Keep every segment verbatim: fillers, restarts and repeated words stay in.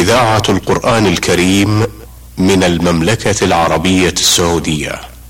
إذاعة القرآن الكريم من المملكة العربية السعودية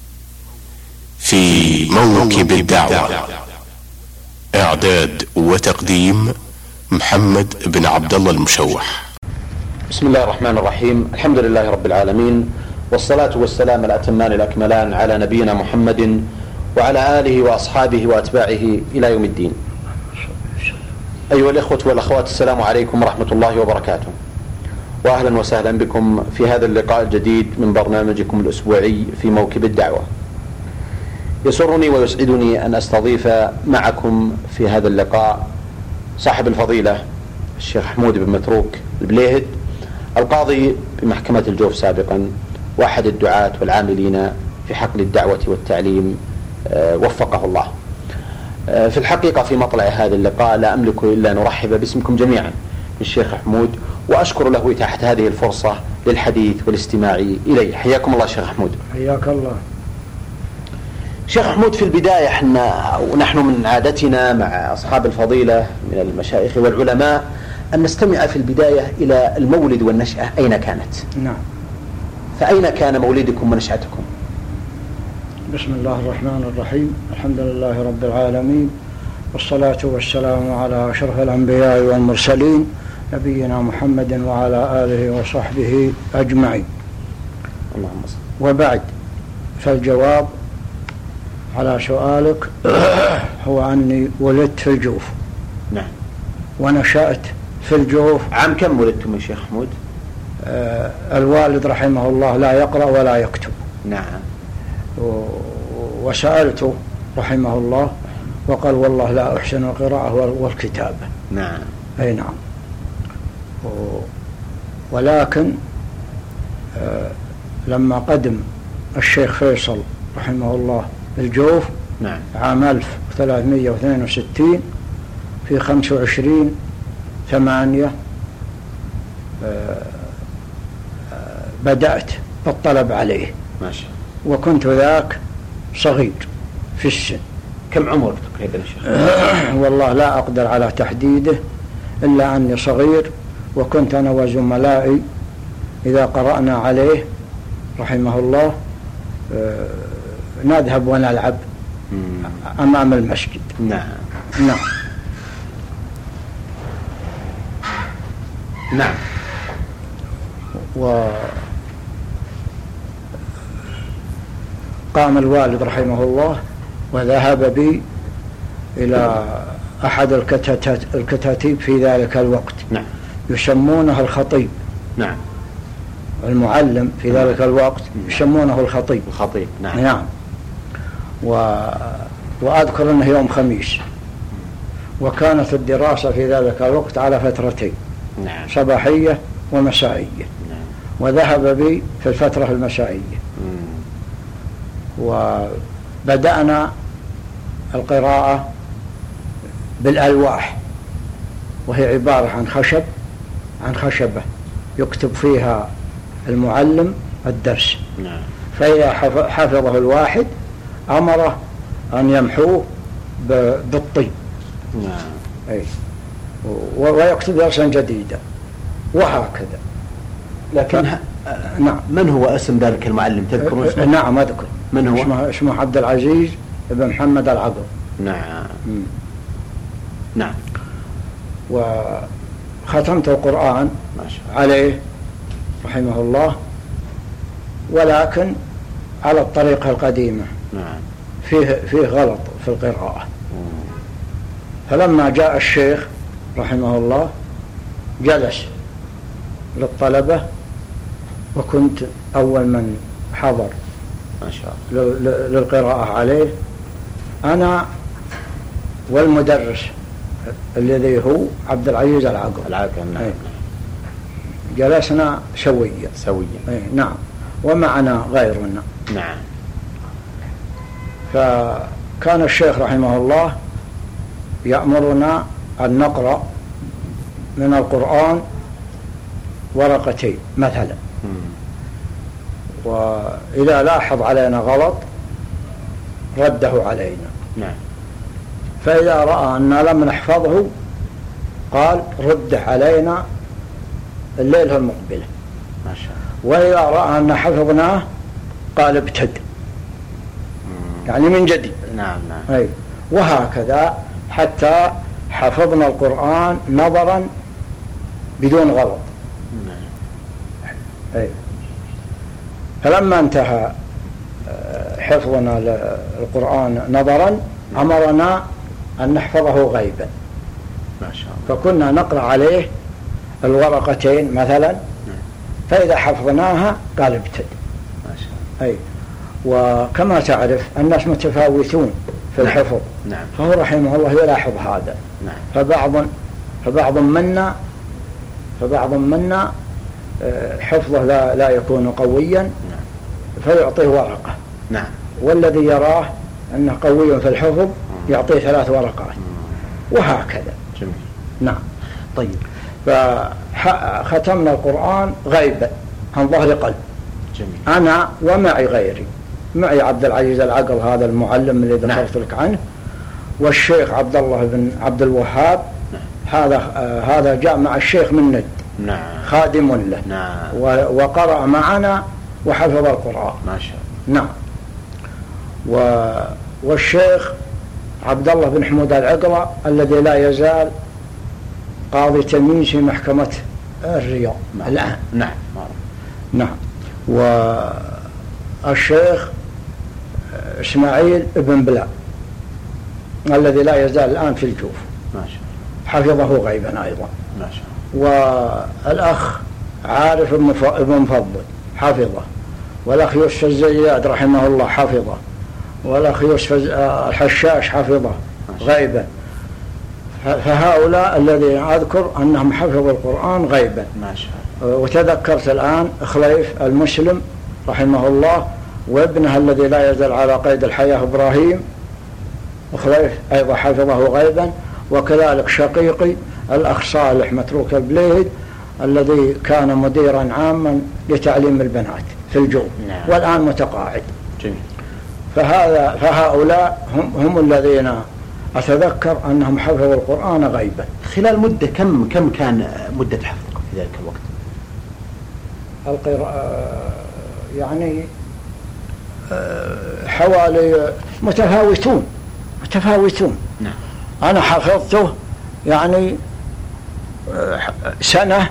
في موكب الدعوة. إعداد وتقديم محمد بن عبد الله المشوح. بسم الله الرحمن الرحيم. الحمد لله رب العالمين، والصلاة والسلام الأتمان الأكملان على نبينا محمد وعلى آله وأصحابه وأتباعه إلى يوم الدين. أيها الإخوة والأخوات، السلام عليكم ورحمة الله وبركاته، وأهلا وسهلا بكم في هذا اللقاء الجديد من برنامجكم الأسبوعي في موكب الدعوة. يسرني ويسعدني أن أستضيف معكم في هذا اللقاء صاحب الفضيلة الشيخ حمود بن متروك البليهد، القاضي بمحكمة الجوف سابقا، واحد الدعاة والعاملين في حقل الدعوة والتعليم، وفقه الله. في الحقيقة في مطلع هذا اللقاء لا أملك إلا أن أرحب باسمكم جميعا بالشيخ حمود، وأشكر له إتاحة هذه الفرصة للحديث والاستماع إليه. حياكم الله شيخ حمود. حياك الله شيخ حمود. في البداية احنا ونحن من عادتنا مع أصحاب الفضيلة من المشايخ والعلماء أن نستمع في البداية إلى المولد والنشأة، أين كانت؟ نعم. فأين كان مولدكم ونشأتكم؟ بسم الله الرحمن الرحيم. الحمد لله رب العالمين، والصلاة والسلام على أشرف الأنبياء والمرسلين نبينا محمد وعلى آله وصحبه أجمعين. اللهم صل. وبعد، فالجواب على سؤالك هو أني ولدت في الجوف. نعم. ونشأت في الجوف. عام كم ولدتم يا شيخ حمود؟ آه الوالد رحمه الله لا يقرأ ولا يكتب. نعم. وسألته رحمه الله وقال والله لا أحسن القراءة والكتابة. نعم. أي نعم. ولكن آه لما قدم الشيخ فيصل رحمه الله الجوف، نعم، عام ألف وثلاثمائة واثنين وستين في خمسة وعشرين ثمانية آه آه بدأت بالطلب عليه. ماشي. وكنت ذاك صغير في السن. كم عمرك تقريبا يا شيخ؟ والله لا أقدر على تحديده، إلا أني صغير، وكنت أنا وزملائي إذا قرأنا عليه رحمه الله آه نذهب ونلعب مم. أمام المسجد. نعم. نعم. نعم. وقام الوالد رحمه الله وذهب بي إلى أحد الكتاتيب في ذلك الوقت. نعم. يسمونه الخطيب. نعم. المعلم في ذلك الوقت يسمونه الخطيب. الخطيب. نعم. نعم. و... وأذكر أنه يوم خميس، وكانت الدراسة في ذلك الوقت على فترتين. نعم. صباحية ومسائية. نعم. وذهب بي في الفترة المسائية. مم. وبدأنا القراءة بالألواح، وهي عبارة عن خشب عن خشبة يكتب فيها المعلم الدرس. نعم. فإذا حفظه الواحد أمره أن يمحوه بالطين. نعم. أي. ويكتب درسا جديدا، وهكذا. لكن ف... ه... نعم. من هو اسم ذلك المعلم؟ تذكرون اسمه؟ نعم أذكر. من هو؟ اسمه, اسمه عبد العزيز بن محمد العقل. نعم. مم. نعم. وختمت القرآن ما شاء الله عليه رحمه الله، ولكن على الطريقة القديمة. نعم. فيه فيه غلط في القراءة. مم. فلما جاء الشيخ رحمه الله جلس للطلبة، وكنت أول من حضر ما شاء الله للقراءة عليه، أنا والمدرس الذي هو عبد العزيز العقل. العقل. نعم. جلسنا سويا سويا. نعم. ومعنا غيرنا. نعم. فكان الشيخ رحمه الله يأمرنا أن نقرأ من القرآن ورقتين مثلا. مم. وإذا لاحظ علينا غلط رده علينا. نعم. فإذا رأى أننا لم نحفظه قال رده علينا الليلة المقبلة. ما شاء الله. وإذا رأى أن حفظناه قال ابتد، يعني من جديد. نعم نعم. أي. وهكذا حتى حفظنا القرآن نظرا بدون غلط. نعم. أي. فلما انتهى حفظنا القرآن نظرا أمرنا أن نحفظه غيبا. ما شاء الله. فكنا نقرأ عليه الورقتين مثلا، فإذا حفظناها قال ابتد. ما شاء الله. أي. وكما تعرف الناس متفاوتون في الحفظ. نعم. فهو رحمه الله يلاحظ هذا. نعم. فبعض فبعض منا فبعض منا حفظه لا لا يكون قويا. نعم. فيعطيه ورقة. نعم. والذي يراه أنه قوي في الحفظ يعطيه ثلاث ورقات. وهكذا. جميل. نعم. طيب. فختمنا القرآن غيبا عن ظهر قلب. جميل. أنا ومعي غيري، معي عبد العزيز العقل هذا المعلم اللي ذكرت لك عنه، والشيخ عبد الله بن عبد الوهاب. نعم. هذا آه هذا جاء مع الشيخ من ند. نعم. خادم له. نعم. وقرأ معنا وحفظ القرآن. ما شاء الله. نعم. و... والشيخ عبد الله بن حمود العقرة الذي لا يزال قاضي تمييز في محكمة الرياض. نعم. الآن. نعم. نعم. والشيخ إسماعيل ابن بلال الذي لا يزال الآن في الجوف. ما شاء الله. حفظه غيبا أيضا. ما شاء الله. والأخ عارف ابن مفضل حفظه، والأخ يوسف الزياد رحمه الله حفظه، والأخ يوسف الحشاش حفظه غيبا. فهؤلاء الذين أذكر أنهم حفظوا القرآن غيبا. ما شاء الله. وتذكرت الآن خليف المسلم رحمه الله وابنه الذي لا يزال على قيد الحياة إبراهيم وخليف أيضا حفظه غيبا، وكذلك شقيقي الأخ صالح متروك البليهد الذي كان مديرا عاما لتعليم البنات في الجوب. نعم. والآن متقاعد. جميل. فهذا فهؤلاء هم, هم الذين أتذكر أنهم حفظوا القرآن غيبا. خلال مدة كم كم كان مدة حفظكم في ذلك الوقت؟ القراءة يعني حوالي متفاوتون متفاوتون. نعم. أنا حفظته يعني سنة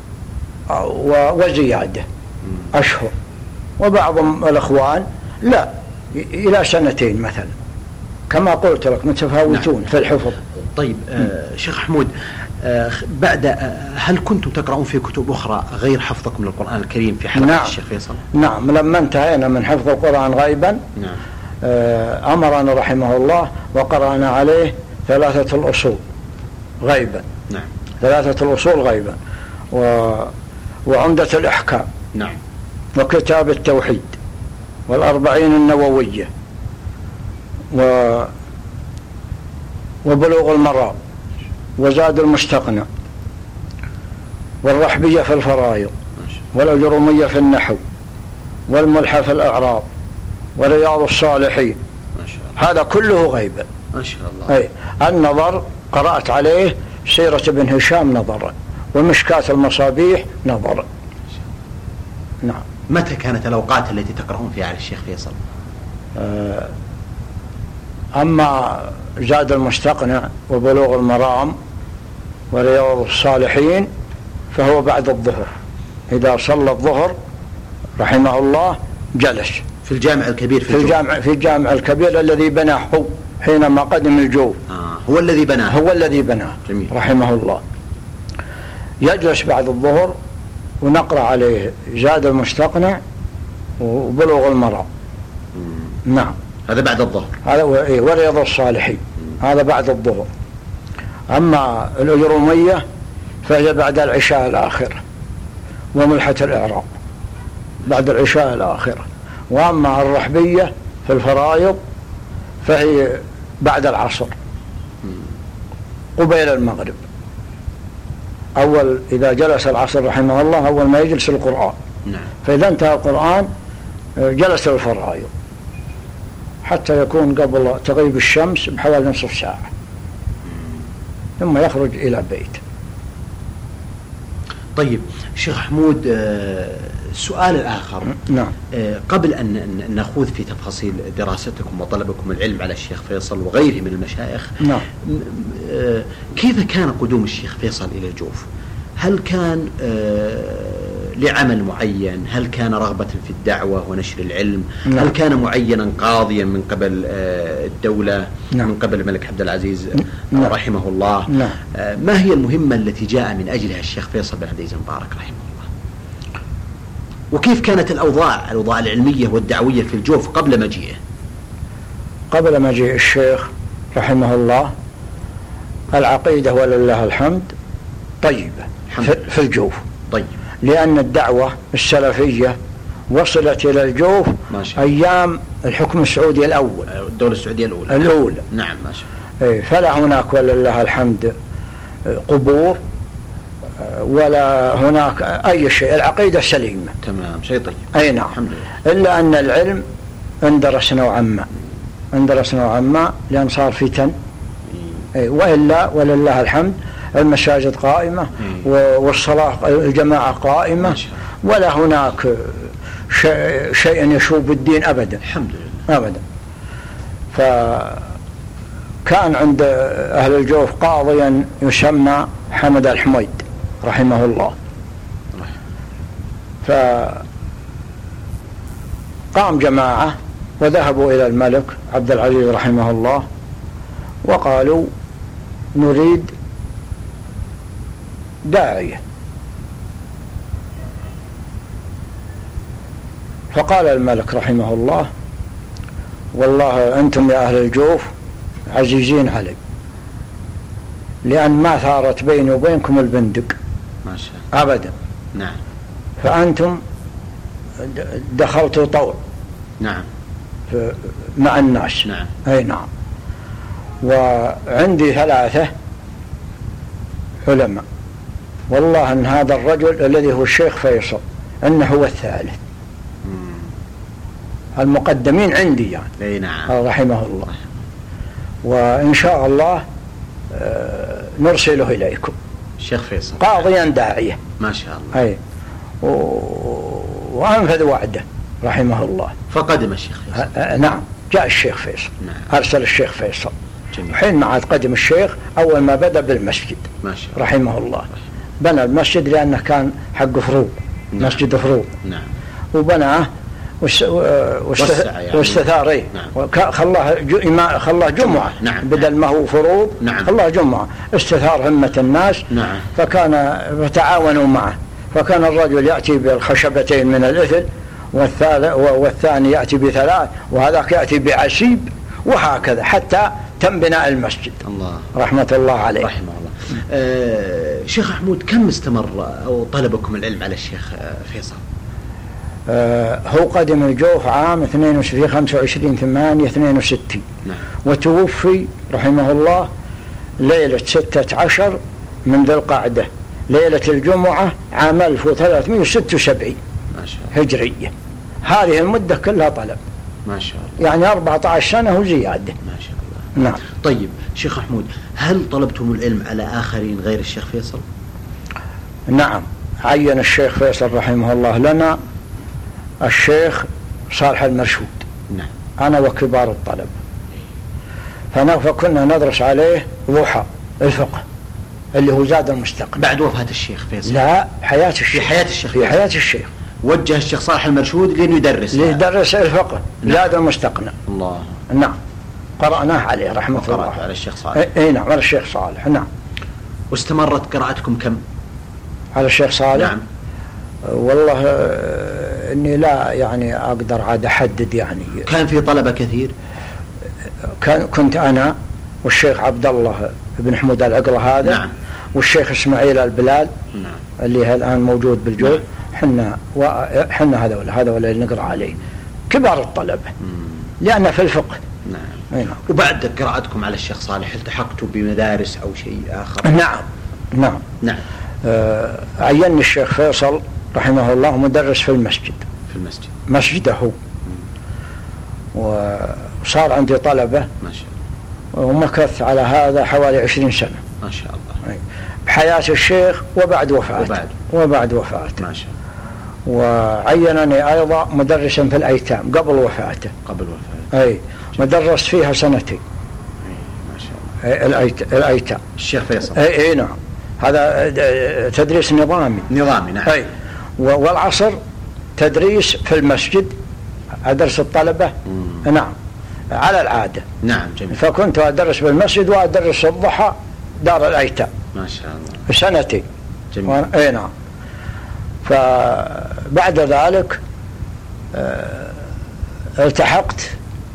وزيادة أشهر، وبعض الأخوان لا إلى سنتين مثلا، كما قلت لك متفاوتون. نعم. في الحفظ. طيب آه شيخ حمود، آه بعد آه هل كنتم تقرؤون في كتب أخرى غير حفظكم للقرآن الكريم في حلقة؟ نعم. الشيخ فيصل؟ نعم. لما انتهينا من حفظ القرآن غيبا. نعم. آه أمرنا رحمه الله وقرأنا عليه ثلاثة الأصول غيبا. نعم. ثلاثة الأصول غيبا و... وعمدة الإحكام. نعم. وكتاب التوحيد والأربعين النووية و... وبلوغ المرام وزاد المستقنع والرحبية في الفرائض والأجرومية في النحو والملحة في الأعراب ورياض الصالحين. ما شاء الله. هذا كله غيبا. ما شاء الله. أي. النظر قرأت عليه سيرة ابن هشام نظرا، ومشكاة المصابيح نظرا. نعم. متى كانت الأوقات التي تقرؤون فيها على الشيخ فيصل؟ أما زاد المستقنع وبلوغ المرام ورياض الصالحين فهو بعد الظهر، إذا صلى الظهر رحمه الله جلس في الجامع الكبير في, في الجامع في الجامع الكبير الذي بناه هو حينما قدم الجوف. آه هو الذي بناه هو الذي بناه. جميل. رحمه الله. يجلس بعد الظهر ونقرأ عليه زاد المستقنع وبلوغ المرام. نعم. هذا بعد الظهر. هذا ورياض الصالحين. مم. هذا بعد الظهر. أما الأجرومية فهي بعد العشاء الآخرة، وملحة الإعراب بعد العشاء الآخرة. وأما الرحبية في الفرائض فهي بعد العصر قبيل المغرب. أول إذا جلس العصر رحمه الله أول ما يجلس القرآن. نعم. فإذا انتهى القرآن جلس الفرائض حتى يكون قبل تغيب الشمس بحوالي نصف ساعة، ثم يخرج إلى بيت. طيب شيخ حمود، السؤال الآخر. نعم. قبل أن نخوض في تفاصيل دراستكم وطلبكم العلم على الشيخ فيصل وغيره من المشايخ، نعم. كيف كان قدوم الشيخ فيصل إلى الجوف؟ هل كان لعمل معين؟ هل كان رغبة في الدعوة ونشر العلم؟ نعم. هل كان معينا قاضيا من قبل الدولة؟ نعم. من قبل الملك عبد العزيز نعم. رحمه الله؟ نعم. ما هي المهمة التي جاء من أجلها الشيخ فيصل بن عبد العزيز المبارك رحمه الله؟ وكيف كانت الأوضاع الأوضاع العلمية والدعوية في الجوف قبل مجيئه؟ قبل مجيء الشيخ رحمه الله العقيدة ولله الحمد طيبة في الجوف. طيب. لأن الدعوة السلفية وصلت إلى الجوف أيام الحكم السعودي الأول، الدولة السعودية الأولى. الأولى. نعم ما شاء الله. فلا هناك ولله الحمد قبور ولا هناك أي شيء، العقيدة سليمة. تمام، شيء طيب. أي نعم. الحمد لله. إلا أن العلم اندرس نوعا ما اندرس نوعا ما لأن صار فتن. إيه. وإلا ولله الحمد المساجد قائمة والصلاة الجماعة قائمة ولا هناك شيء, شيء يشوب الدين أبدا. الحمد لله. أبدا. فكان عند أهل الجوف قاضيا يسمى حمد الحميد رحمه الله. فقام جماعة وذهبوا إلى الملك عبد العزيز رحمه الله وقالوا نريد داعية. فقال الملك رحمه الله والله أنتم يا أهل الجوف عزيزين علي، لأن ما ثارت بيني وبينكم البندق ما شاء الله أبدا. نعم. فأنتم دخلتوا طور. نعم. مع الناس. نعم. أي نعم. وعندي ثلاثة علماء، والله أن هذا الرجل الذي هو الشيخ فيصل أنه هو الثالث. مم. المقدمين عندي يعني. أي نعم. رحمه الله. وإن شاء الله نرسله إليكم. الشيخ فيصل قاضيا داعية ما شاء الله. أي. و... وأنفذ وعده رحمه الله. فقدم الشيخ فيصل. نعم، جاء الشيخ فيصل. نعم. أرسل الشيخ فيصل. جميل. حين ما عاد قدم الشيخ أول ما بدأ بالمسجد ما شاء الله. رحمه الله. بنى المسجد لأنه كان حق فروض. نعم. مسجد فروض. نعم. وبناه واستثار. نعم. خلاه جو... خلاه جمعة. نعم. بدل ما هو فروض. نعم. خلاه جمعة، استثار همة الناس. نعم. فكان فتعاونوا معه، فكان الرجل يأتي بالخشبتين من الإثل والثاني يأتي بثلاث وهذاك يأتي بعسيب وهكذا حتى تم بناء المسجد. الله رحمة الله عليه. رحمه الله. آه شيخ حمود، كم استمر أو طلبكم العلم على الشيخ فيصل؟ آه هو قدم الجوف عام خمسة وعشرين ثمانية اثنين وستين. نعم. وتوفي رحمه الله ليلة ستة عشر من ذي القعدة، ليلة الجمعة عام ألف وثلاثمائة وستة وسبعين ما شاء الله. هجرية. هذه المدة كلها طلب ما شاء الله، يعني أربعة عشر سنة وزيادة. ما شاء الله. نعم. طيب شيخ حمود، هل طلبتم العلم على آخرين غير الشيخ فيصل؟ نعم، عين الشيخ فيصل رحمه الله لنا الشيخ صالح المرشود. نعم. أنا وكبار الطلب، فكنا ندرس عليه ضحى الفقه اللي هو زاد المستقبل. بعد وفاة الشيخ فيصل؟ لا، حياة الشيخ. في حياة الشيخ. في حياة الشيخ وجه الشيخ صالح المرشود لأنه يدرس ليدرس الفقه. نعم. زاد المستقنع. الله. نعم، قرأناه عليه رحمة الله. قرأت على الشيخ صالح. اي نعم، على الشيخ صالح. نعم. واستمرت قراءتكم كم على الشيخ صالح؟ نعم. والله اني لا يعني اقدر عاد احدد يعني. كان في طلبة كثير؟ كان كنت انا والشيخ عبد الله بن حمود العقلة هذا. نعم. والشيخ اسماعيل البلال. نعم. اللي الان موجود بالجود. نعم. حنا وحنا هذا ولا هذا ولا اللي نقرا عليه كبار الطلبة. لأن في الفقه. نعم. نعم. وبعد قراءتكم على الشيخ صالح التحقتوا بمدارس أو شيء آخر؟ نعم. نعم. نعم. آه عيني الشيخ فيصل رحمه الله مدرس في المسجد. في المسجد. مسجده. وصار عندي طلبة. ما شاء الله. ومكث على هذا حوالي عشرين سنة. ما شاء الله. حياة الشيخ وبعد وفاته وبعد, وبعد وفاته ما شاء الله. وعينني أيضا مدرسا في الأيتام قبل وفاته قبل وفاته أي مدرس فيها سنتين. ما شاء الله. الأيتام الشيخ فيصل. أي, أي نعم، هذا تدريس نظامي نظامي نعم. أي والعصر تدريس في المسجد أدرس الطلبة. مم. نعم على العادة. نعم جميل. فكنت أدرس بالمسجد وأدرس الضحى دار الأيتام. ما شاء الله. سنتين. جميل. أي نعم. فبعد ذلك التحقت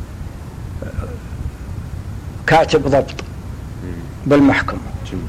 كاتب ضبط بالمحكمة. جميل.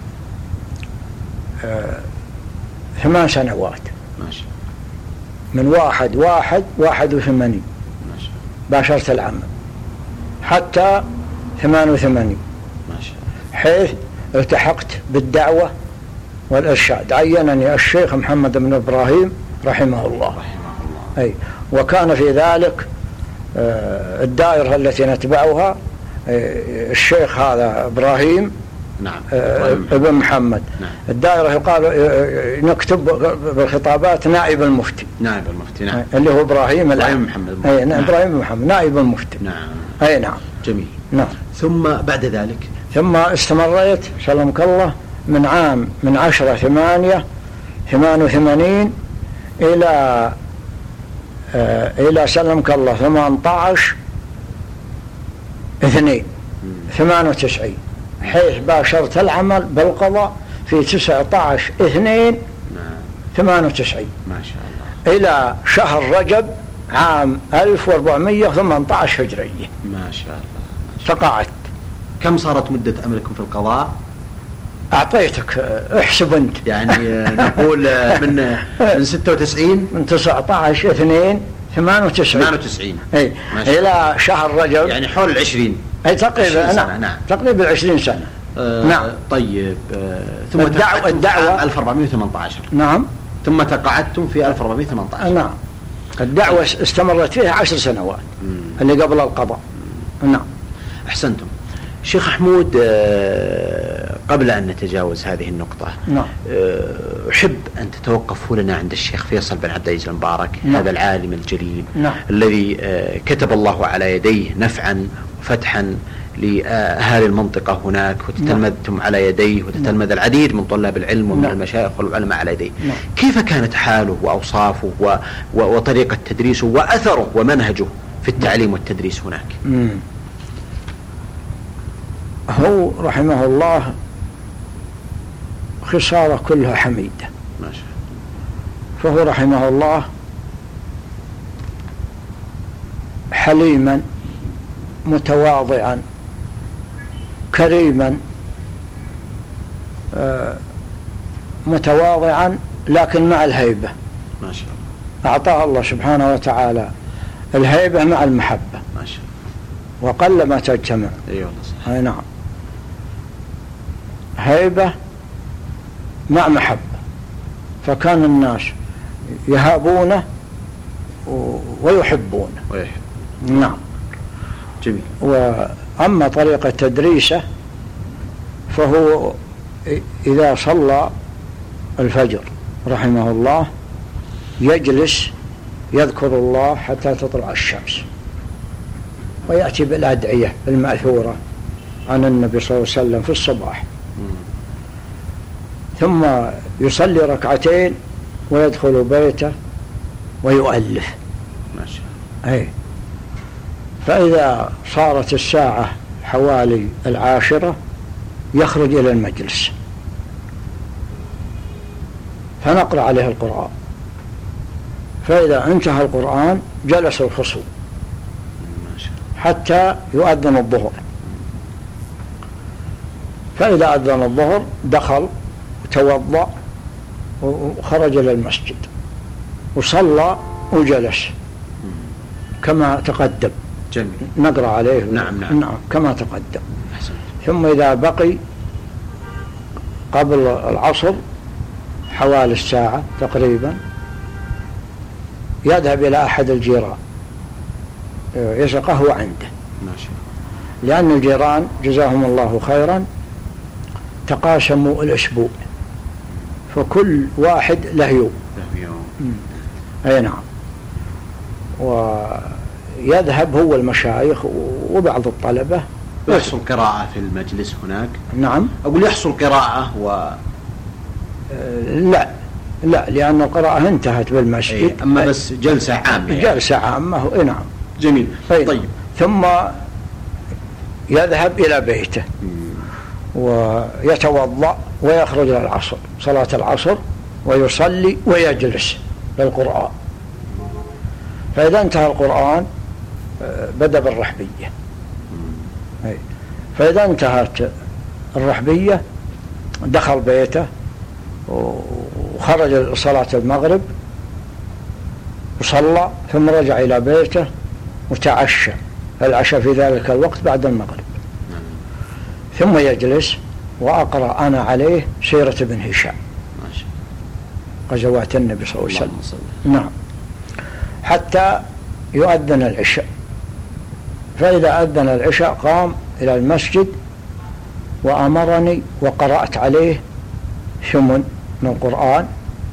ثمان سنوات. ما شاء الله. من واحد واحد واحد وثمانين باشرت العمل حتى ثمان وثمانين، ما شاء الله، حيث التحقت بالدعوة والإرشاد. عينني الشيخ محمد بن إبراهيم رحمه الله. رحمه الله. أي وكان في ذلك الدائرة التي نتبعها الشيخ هذا إبراهيم. نعم. ابن محمد. نعم. الدائرة يقال نكتب بالخطابات نائب المفتي. نائب المفتي. نعم. اللي هو إبراهيم إبراهيم محمد. أي نعم. إبراهيم محمد نائب المفتي. نعم. أي نعم. جميل. نعم. ثم بعد ذلك ثم استمريت سلمك الله من عام من عشرة ثمانية ثمان وثمانين إلى آه إلى سلمك الله ثمان عشر اثنين ثمان وتسعين، حيث باشرت العمل بالقضاء في تسعة عشر اثنين ثمان وتسعين. ما شاء الله. إلى شهر رجب عام ألف وأربعمائة وثمانية عشر هجرية. ما شاء الله. تقاعدت. كم صارت مدة عملكم في القضاء؟ أعطيتك احسب أنت. يعني نقول من من ستة وتسعين من تسعة عشر اثنين ثمان وتسعين. ثمان وتسعين. أي إلى شهر رجب. يعني حول العشرين. أي تقريبا. نعم. نعم. تقريبا عشرين سنة. آه نعم. طيب. آه ثم الدعوة الدعوة ألف وأربعمائة وثمانية عشر. نعم. ثم تقاعدتم في ألف وأربعمائة وثمانية عشر. نعم. الدعوة استمرت فيها عشر سنوات. مم. اللي قبل القضاء. مم. نعم. أحسنتم. شيخ حمود، قبل أن نتجاوز هذه النقطة، نعم. أحب أن تتوقفوا لنا عند الشيخ فيصل بن عبد العزيز المبارك. نعم. هذا العالم الجليل. نعم. الذي كتب الله على يديه نفعا وفتحا لأهالي المنطقة هناك، وتتلمذتم نعم. على يديه، وتتلمذ نعم. العديد من طلاب العلم ومن نعم. المشايخ والعلماء على يديه. نعم. كيف كانت حاله وأوصافه و... و... وطريقة تدريسه وأثره ومنهجه في التعليم والتدريس هناك؟ مم. هو رحمه الله خصاله كلها حميدة. ما شاء الله. فهو رحمه الله حليما متواضعا كريما آه متواضعا لكن مع الهيبة. ما شاء الله. أعطاه الله سبحانه وتعالى الهيبة مع المحبة. ما شاء الله. وقل ما تجتمع. أيوة صحيح. أي نعم. هيبة مع محبة، فكان الناس يهابونه ويحبونه. ويحب. نعم. جميل. وأما طريقة تدريسه فهو إذا صلى الفجر رحمه الله يجلس يذكر الله حتى تطلع الشمس، ويأتي بالأدعية المأثورة عن النبي صلى الله عليه وسلم في الصباح. مم. ثم يصلي ركعتين ويدخل بيته ويؤلف. ما شاء الله. أي فإذا صارت الساعة حوالي العاشرة يخرج إلى المجلس فنقرأ عليه القرآن، فإذا انتهى القرآن جلس الخصوم حتى يؤذن الظهر، فإذا أذن الظهر دخل وتوضأ وخرج إلى المسجد وصلى وجلس كما تقدم. جميل. نقرأ عليه. نعم نعم. نعم كما تقدم. أحسن. ثم إذا بقي قبل العصر حوالي الساعة تقريبا يذهب إلى أحد الجيران يشرب قهوة عنده. ما شاء الله. لأن الجيران جزاهم الله خيرا تقاسموا الأسبوع، فكل واحد له يوم. أي نعم. ويذهب هو المشايخ وبعض الطلبة. يحصل قراءة في المجلس هناك؟ نعم. أقول يحصل قراءة و لا لا لأن القراءة انتهت بالمسجد. أيه. أما بس جلسة عامة يعني. جلسة عامة. إيه نعم. جميل. طيب. طيب ثم يذهب إلى بيته ويتوضأ ويخرج إلى العصر، صلاة العصر، ويصلي ويجلس للقرآن. فإذا انتهى القرآن بدأ بالرحبية. فإذا انتهت الرحبية دخل بيته وخرج لصلاة المغرب وصلى، ثم رجع إلى بيته وتعشى العشاء في ذلك الوقت بعد المغرب. ثم يجلس وأقرأ أنا عليه سيرة ابن هشام، غزوات النبي صلى الله عليه وسلم. نعم. حتى يؤذن العشاء، فإذا أذن العشاء قام إلى المسجد وأمرني وقرأت عليه ثمن من القرآن،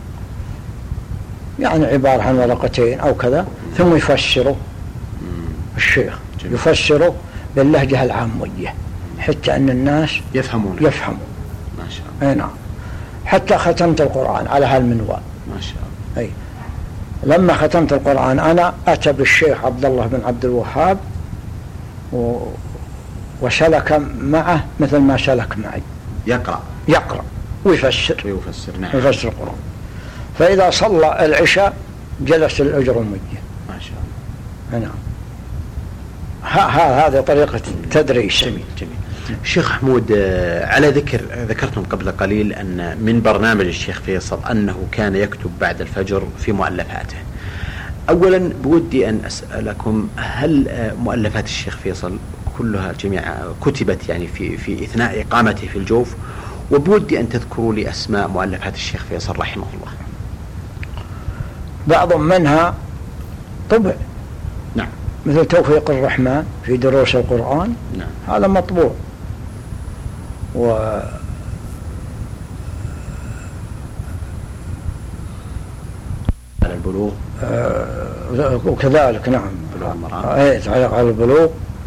يعني عبارة عن ورقتين أو كذا، ثم يفسره الشيخ، يفسره باللهجة العامية حتى أن الناس يفهمون يفهمون ما شاء الله. أي نعم. حتى ختمت القرآن على هالمنوال ما شاء الله. أي لما ختمت القرآن أنا أتى بالشيخ عبد الله بن عبد الوهاب و... وسلك معه مثل ما سلك معي، يقرأ يقرأ ويفسر ويفسر. نعم. يفسر القرآن. فإذا صلى العشاء جلس الأجرمية. ما شاء الله. نعم. هذه طريقة التدريس. جميل جميل. الشيخ حمود، على ذكر ذكرتم قبل قليل أن من برنامج الشيخ فيصل أنه كان يكتب بعد الفجر في مؤلفاته. أولا بودي أن أسألكم، هل مؤلفات الشيخ فيصل كلها جميعا كتبت يعني في في إثناء إقامته في الجوف؟ وبودي أن تذكروا لي أسماء مؤلفات الشيخ فيصل رحمه الله. بعض منها طبع. نعم. مثل توفيق الرحمن في دروس القرآن. نعم. هذا مطبوع. و على البلوغ. آه وكذلك نعم. بلوغ المرام. ايه تعلق على البلوغ.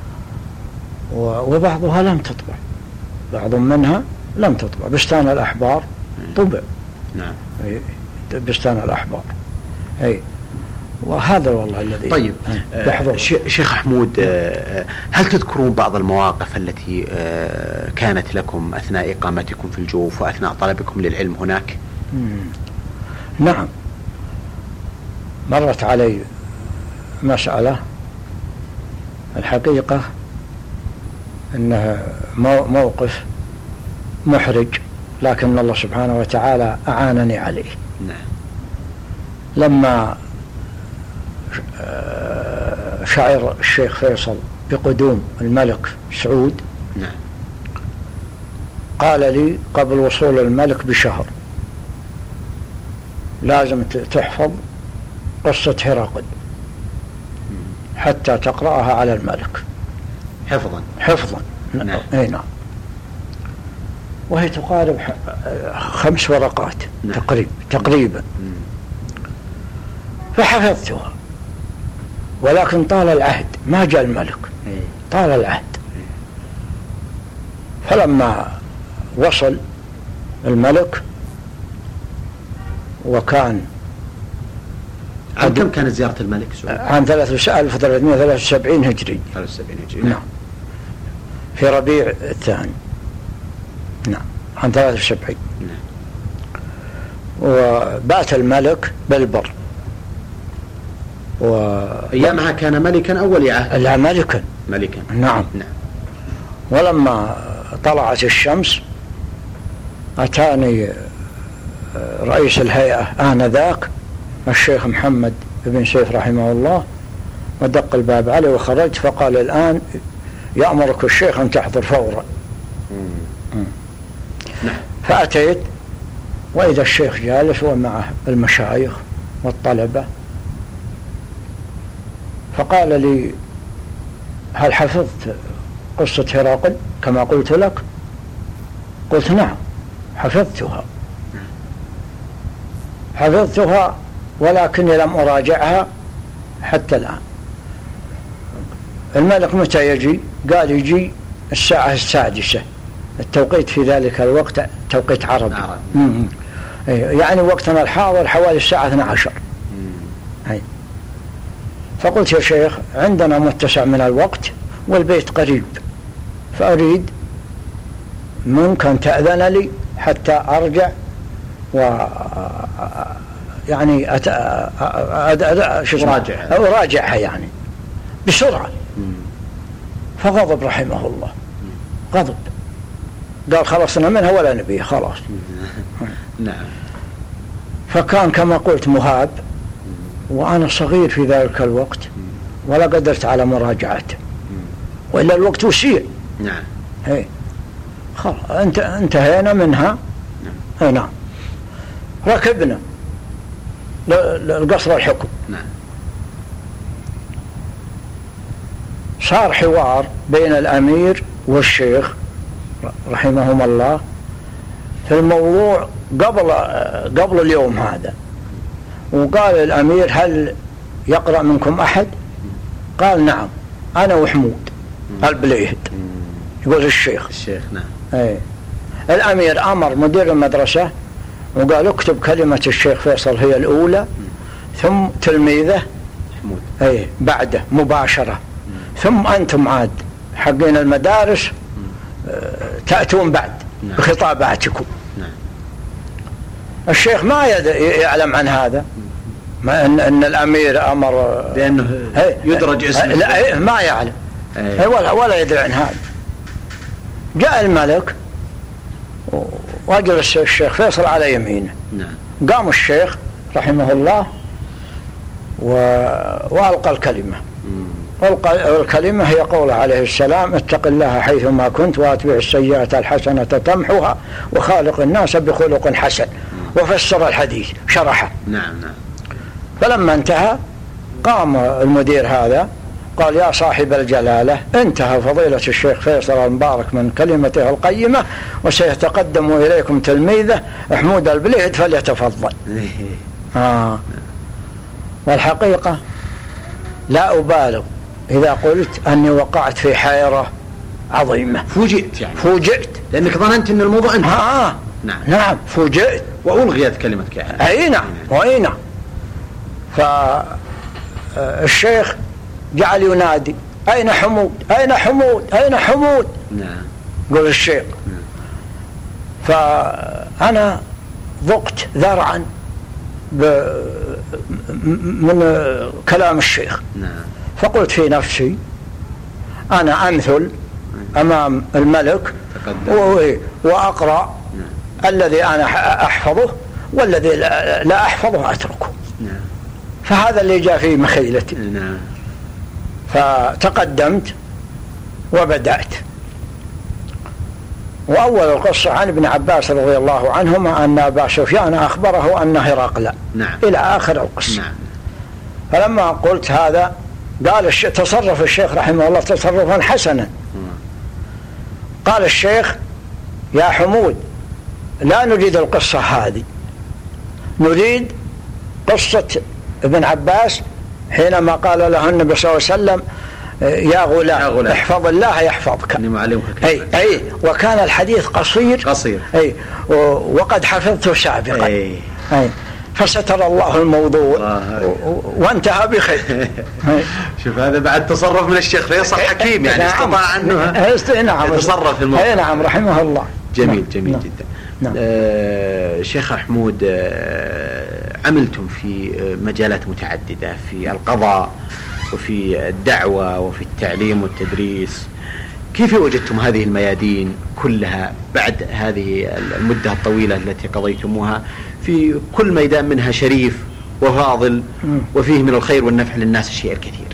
وبعضها لم تطبع، بعض منها لم تطبع. بستان الأحبار طبع. نعم. بستان الأحبار. اي وهذا والله الذي. طيب آه شيخ حمود، آه هل تذكرون بعض المواقف التي آه كانت لكم أثناء إقامتكم في الجوف وأثناء طلبكم للعلم هناك؟ مم. نعم. مرت علي مسألة الحقيقة أنها موقف محرج، لكن الله سبحانه وتعالى أعانني عليه. نعم. لما شعر الشيخ فيصل بقدوم الملك سعود، نعم، قال لي قبل وصول الملك بشهر لازم تحفظ قصة هرقل حتى تقرأها على الملك حفظا حفظا. نعم. اي نعم. وهي تقارب خمس ورقات. نعم. تقريبا تقريبا مم. فحفظتها، ولكن طال العهد ما جاء الملك. مم. طال العهد. مم. فلما وصل الملك وكان عام كم كانت زيارة الملك سعود؟ عام ألف وثلاثمائة وثلاثة وسبعين هجري. ثلاثة وسبعين هجري. نعم. في ربيع الثاني. نعم. عام ثلاثة وسبعين. نعم. وبات الملك بالبر. و أيامها كان ملكا أو ولي عهد؟ لا، ملكا. ملكا. نعم. نعم. ولما طلعت الشمس أتاني رئيس الهيئة آنذاك الشيخ محمد بن سيف رحمه الله، ودق الباب علي وخرجت، فقال الآن يأمرك الشيخ أن تحضر فورا. نعم. فأتيت وإذا الشيخ جالس ومعه المشايخ والطلبة، فقال لي هل حفظت قصة هرقل كما قلت لك؟ قلت نعم. حفظتها حفظتها ولكني لم أراجعها حتى الآن. الملك متى يجي؟ قال يجي الساعة السادسة، التوقيت في ذلك الوقت توقيت عربي، عربي. يعني وقتنا الحاضر حوالي الساعة اثنتي عشرة. هي. فقلت يا شيخ عندنا متسع من الوقت والبيت قريب، فأريد ممكن تأذن لي حتى أرجع و يعني أت... أد... أد... شو أراجع أراجعها يعني بسرعة. فغضب رحمه الله، غضب، قال خلصنا منها ولا نبيها خلاص. نعم. فكان كما قلت مهاب، وأنا صغير في ذلك الوقت ولا قدرت على مراجعته، وإلا الوقت وسيع. نعم. هي خلاص انت انتهينا منها. نعم. نعم. ركبنا للقصر الحكم. نعم. صار حوار بين الأمير والشيخ رحمهم الله في الموضوع قبل قبل اليوم هذا. وقال الأمير هل يقرأ منكم أحد؟ قال نعم أنا وحمود البليهد. يقول الشيخ الشيخ نعم. ايه. الأمير أمر مدير المدرسة وقال اكتب كلمة الشيخ فيصل هي الأولى، ثم تلميذه حمود ايه بعده مباشرة، ثم أنتم عاد حقين المدارس اه تأتون بعد نعم. بخطاباتكم. نعم. الشيخ ما يعلم عن هذا، ما إن, إن الأمير أمر بأنه يدرج اسمه، لا ما يعلم أيه. ولا, ولا يدري عن هذا. جاء الملك وجلس الشيخ فيصل على يمينه. نعم. قام الشيخ رحمه الله و... وألقى الكلمة. ألقى الكلمة هي قوله عليه السلام اتق الله حيثما كنت واتبع السيئة الحسنة تمحها وخالق الناس بخلق حسن. وفسر الحديث شرحه. نعم نعم. فلما انتهى قام المدير هذا قال يا صاحب الجلالة انتهى فضيلة الشيخ فيصل المبارك من كلمته القيمة وسيتقدم إليكم تلميذه حمود البليهد فليتفضل. آه. والحقيقة لا أبالغ إذا قلت أني وقعت في حيرة عظيمة. فوجئت يعني فوجئت لأنك ظننت أن الموضوع انتهى. آه. نعم. نعم فوجئت وألغيت كلمتك يعني. أي نعم وأي نعم. فالشيخ جعل ينادي أين حمود أين حمود أين حمود. نعم. قول الشيخ. نعم. فأنا ضقت ذرعا من كلام الشيخ. نعم. فقلت في نفسي أنا أمثل أمام الملك وأقرأ نعم. الذي أنا أحفظه والذي لا أحفظه أتركه. نعم. فهذا اللي جاء في مخيلتي. نعم. فتقدمت وبدأت. وأول القصة عن ابن عباس رضي الله عنهما أن أبا سفيان أخبره أن هرقل. نعم. إلى آخر القصة. نعم. فلما قلت هذا قال الشيخ تصرف الشيخ رحمه الله تصرفا حسنا. قال الشيخ يا حمود لا نريد القصة هذه، نريد قصة ابن عباس حينما قال له النبي صلى الله عليه وسلم يا غلام, يا غلام احفظ الله يحفظك. أني معلمك. أي أي وكان الحديث قصير قصير. أي وقد حفظته سابقا. أي. أي فستر الله الموضوع آه. وانتهى بخير. شوف هذا بعد تصرف من الشيخ فيصل حكيم يعني استطاع أنه نعم. يتصرف في الموضوع. نعم رحمه الله. جميل. نعم. جميل. نعم. جدا. نعم. آه شيخ حمود، آه عملتم في مجالات متعددة في القضاء وفي الدعوة وفي التعليم والتدريس، كيف وجدتم هذه الميادين كلها بعد هذه المدة الطويلة التي قضيتموها في كل ميدان منها شريف وفاضل وفيه من الخير والنفع للناس الشيء الكثير؟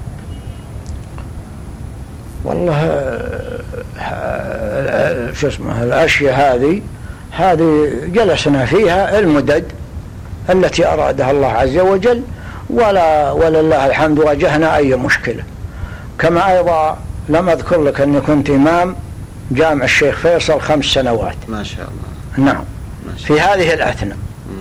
والله شو اسمه الأشياء هذه هذه جلسنا فيها المدد التي أرادها الله عز وجل، ولا ولله الحمد واجهنا أي مشكلة. كما أيضا لم أذكر لك أني كنت إمام جامع الشيخ فيصل خمس سنوات. ما شاء الله. نعم في هذه الأثناء.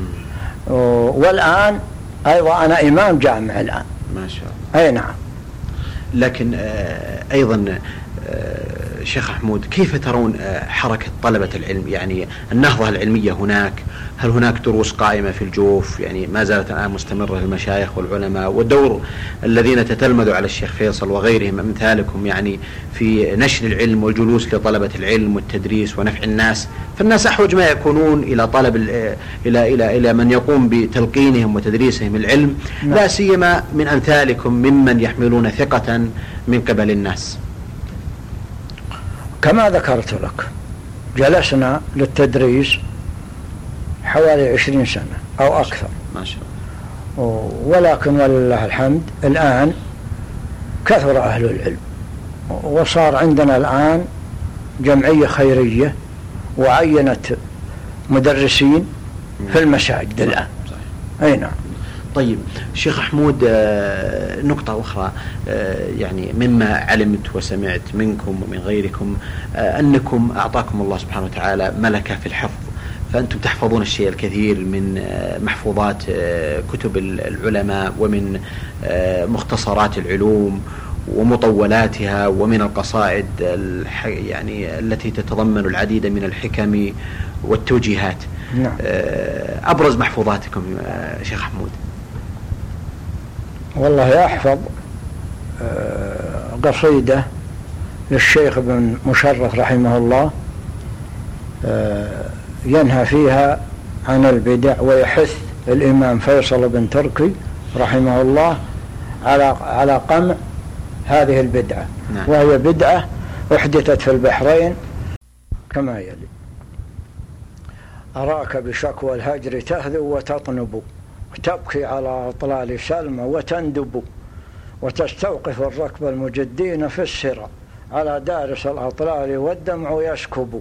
والآن أيضا أنا إمام جامع الآن ما شاء الله. أي نعم. لكن أيضا شيخ حمود كيف ترون حركة طلبة العلم، يعني النهضة العلمية هناك؟ هل هناك دروس قائمة في الجوف يعني ما زالت الآن مستمرة للمشايخ والعلماء، والدور الذين تتلمذوا على الشيخ فيصل وغيرهم أمثالكم يعني في نشر العلم والجلوس لطلبة العلم والتدريس ونفع الناس؟ فالناس أحوج ما يكونون إلى طلب إلى إلى إلى من يقوم بتلقينهم وتدريسهم العلم، لا سيما من أمثالكم ممن يحملون ثقة من قبل الناس. كما ذكرت لك جلسنا للتدريس حوالي عشرين سنة أو أكثر ما شاء الله. ولكن ولله الحمد الآن كثر أهل العلم، وصار عندنا الآن جمعية خيرية وعينت مدرسين في المساجد الآن. أي نعم. طيب شيخ حمود، نقطة أخرى يعني مما علمت وسمعت منكم ومن غيركم أنكم أعطاكم الله سبحانه وتعالى ملكة في الحفظ، فأنتم تحفظون الشيء الكثير من محفوظات كتب العلماء ومن مختصرات العلوم ومطولاتها ومن القصائد يعني التي تتضمن العديد من الحكم والتوجيهات. نعم. أبرز محفوظاتكم شيخ حمود؟ والله أحفظ قصيدة للشيخ ابن مشرف رحمه الله ينهى فيها عن البدع ويحث الإمام فيصل بن تركي رحمه الله على على قمع هذه البدعة. نعم. وهي بدعة أحدثت في البحرين كما يلي: أراك بشكوى الهجر تهذو وتطنب، وتبكي على أطلال سلمى وتندب، وتستوقف الركب المجدين في السرى على دارس الأطلال والدمع يسكب.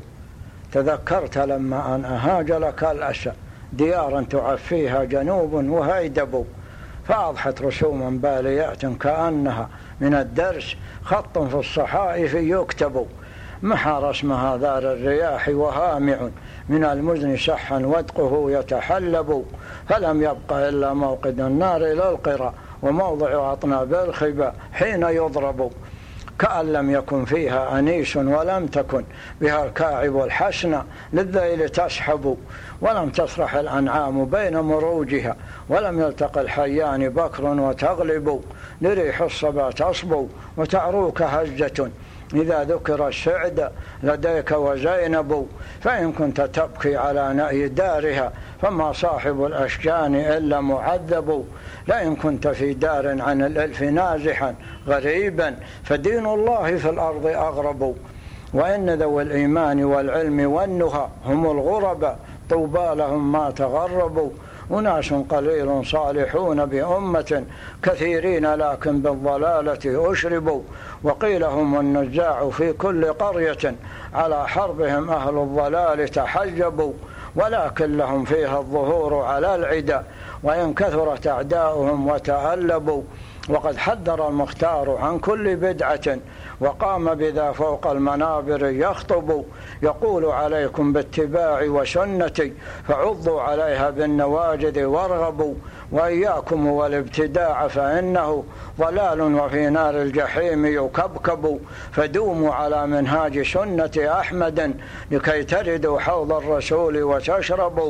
تذكرت لما أن أهاج لك الأسى ديارا تعفيها جنوب وهيدب، فأضحت رسوما باليات كأنها من الدرس خط في الصحائف يكتب. محى رسمها دار الرياح وهامع من المزن سحا ودقه يتحلب، فلم يبق إلا موقد النار للقرى وموضع أطناب الخبا حين يضرب. كأن لم يكن فيها أنيس ولم تكن بها الكاعب الحسن للذيل تسحب، ولم تسرح الأنعام بين مروجها ولم يلتقى الحيان بكر وتغلب. لريح الصبا تصبو وتعروك هزة إذا ذكر السعد لديك وزينب، فإن كنت تبكي على نأي دارها فما صاحب الأشجان إلا معذب. لئن كنت في دار عن الألف نازحا غريبا فدين الله في الأرض أغرب. وإن ذوي الإيمان والعلم والنهى هم الغرباء طوبى لهم ما تغربوا. أناس قليل صالحون بأمة كثيرين لكن بالضلالة أشربوا. وقيل هم النزاع في كل قرية على حربهم أهل الضلال تحجبوا، ولكن لهم فيها الظهور على العدا وإن كثرت أعداؤهم وتألبوا. وقد حذر المختار عن كل بدعة وقام بذا فوق المنابر يخطب. يقول عليكم باتباع وسنتي فعضوا عليها بالنواجذ وارغبوا. وإياكم والابتداع فإنه ضلال وفي نار الجحيم يكبكب. فدوموا على منهاج سنة أحمد لكي تردوا حوض الرسول وتشربوا.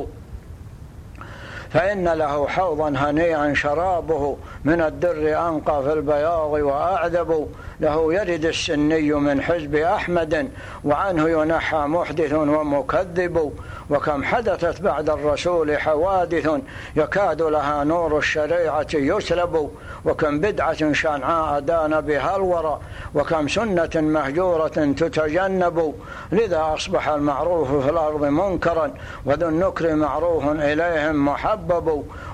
فإن له حوضا هنيئا شرابه من الدر أنقى في البياض وأعذب. له يرد السني من حزب أحمد وعنه ينحى محدث ومكذب. وكم حدثت بعد الرسول حوادث يكاد لها نور الشريعة يسلب. وكم بدعة شنعاء دان بها الورى وكم سنة مهجورة تتجنب. لذا أصبح المعروف في الأرض منكرا وذو النكر معروف إليهم محبب.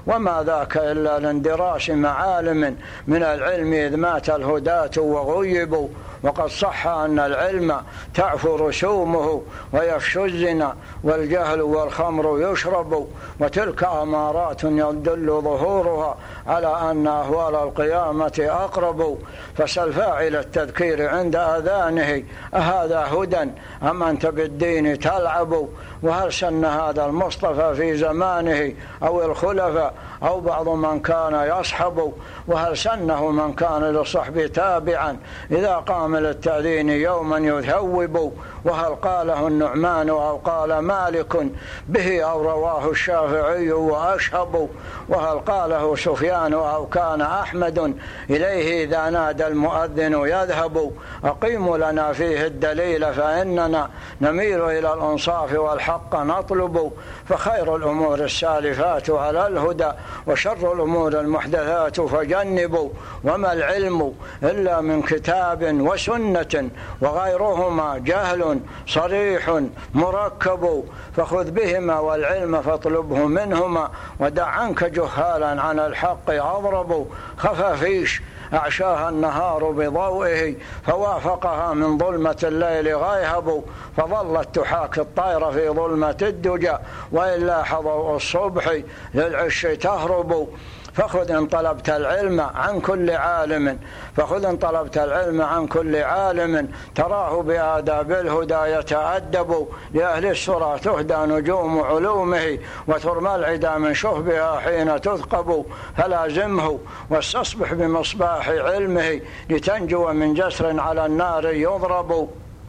وما ذاك إلا لاندراس معالم من العلم إذ مات الهداة وغيبوا. وقد صح أن العلم تعفو رسومه ويفشو الزنا والجهل والخمر يشرب، وتلك أمارات يدل ظهورها على أن أهوال القيامة أقرب. فسل فاعل التذكير عند أذانه أهذا هدى أم أنت بالدين تلعب؟ وهل سن هذا المصطفى في زمانه أو الخلفاء أو بعض من كان يصحب؟ وهل سنه من كان للصحب تابعا إذا قام للتأذين يوما يثوب؟ وهل قاله النعمان أو قال مالك به أو رواه الشافعي وأشهب؟ وهل قاله سفيان أو كان أحمد إليه إذا نادى المؤذن يذهب؟ أقيموا لنا فيه الدليل فإننا نميل إلى الأنصاف والحق نطلب. فخير الأمور السالفات على الهدى وشر الأمور المحدثات فجنبوا. وما العلم إلا من كتاب وسنة وغيرهما جهل صريح مركب. فخذ بهما والعلم فاطلبه منهما ودع عنك جهالا عن الحق أضرب. خفافيش أعشاها النهار بضوئه فوافقها من ظلمة الليل غيهب، فظلت تحاكي الطير في ظلمة الدجى وإلا حضوء الصبح للعش تهرب. فخذ إن طلبت العلم عن كل عالم فخذ إن طلبت العلم عن كل عالم تراه بآداب الهدى يتأدب. لأهل السرى تهدى نجوم علومه وترمى العدا من شهبها حين تثقب. فلازمه واستصبح بمصباح علمه لتنجو من جسر على النار يضرب.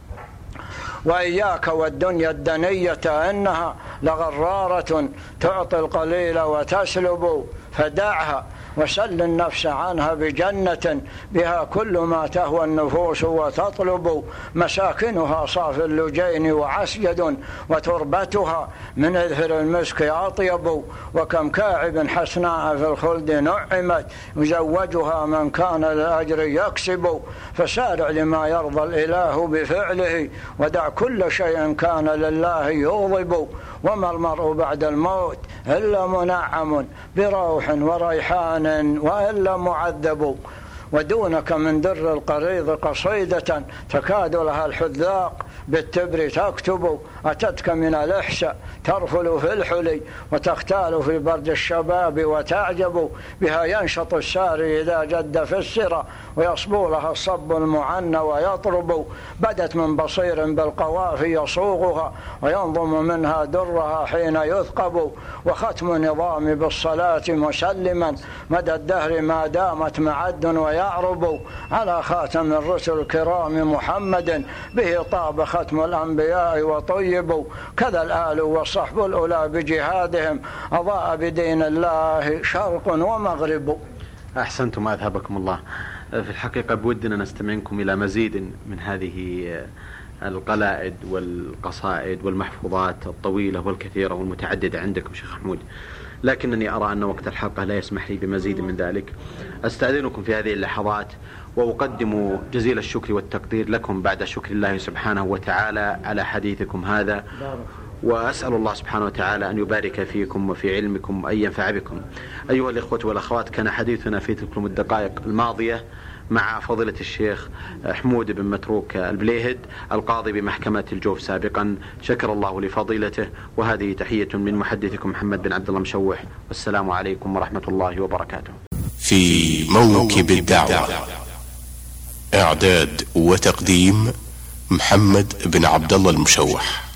وإياك والدنيا الدنية إنها لغرارة تعطي القليل وتسلب. فدعها وسل النفس عنها بجنة بها كل ما تهوى النفوس وتطلب. مساكنها صاف اللجين وعسجد وتربتها من إذفر المسك أطيب. وكم كاعب حسناء في الخلد نعمت يزوجها من كان للأجر يكسب. فسارع لما يرضى الإله بفعله ودع كل شيء كان لله يغضب. وما المرء بعد الموت إلا منعم بروح وريحان وإلا معذب. ودونك من در القريض قصيدة تكاد لها الحذاق بالتبر تكتب. أتتك من الإحساء ترفل في الحلي وتختال في برد الشباب وتعجب. بها ينشط الساري إذا جد في السرى ويصبو لها الصب المعنى ويطرب. بدت من بصير بالقوافي يصوغها وينظم منها درها حين يثقب. وختم نظام بالصلاة مسلما مدى الدهر ما دامت معد ويعرب. على خاتم الرسل الكرام محمد به طاب ختم الأنبياء وطيبوا. كذا الآل والصحب الأولى بجهادهم أضاء بدين الله شرق ومغرب. أحسنتم أذهبكم الله. في الحقيقة بودنا نستمعكم إلى مزيد من هذه القلائد والقصائد والمحفوظات الطويلة والكثيرة والمتعددة عندكم شيخ حمود، لكنني أرى أن وقت الحلقة لا يسمح لي بمزيد من ذلك. أستأذنكم في هذه اللحظات وأقدم جزيل الشكر والتقدير لكم بعد شكر الله سبحانه وتعالى على حديثكم هذا، وأسأل الله سبحانه وتعالى أن يبارك فيكم وفي علمكم وأن ينفع بكم. أيها الإخوة والأخوات، كان حديثنا في تلك الدقائق الماضية مع فضيلة الشيخ حمود بن متروك البليهد القاضي بمحكمة الجوف سابقا، شكر الله لفضيلته، وهذه تحية من محدثكم محمد بن عبد الله مشوح، والسلام عليكم ورحمة الله وبركاته. في موكب الدعوة، إعداد وتقديم محمد بن عبد الله المشوح.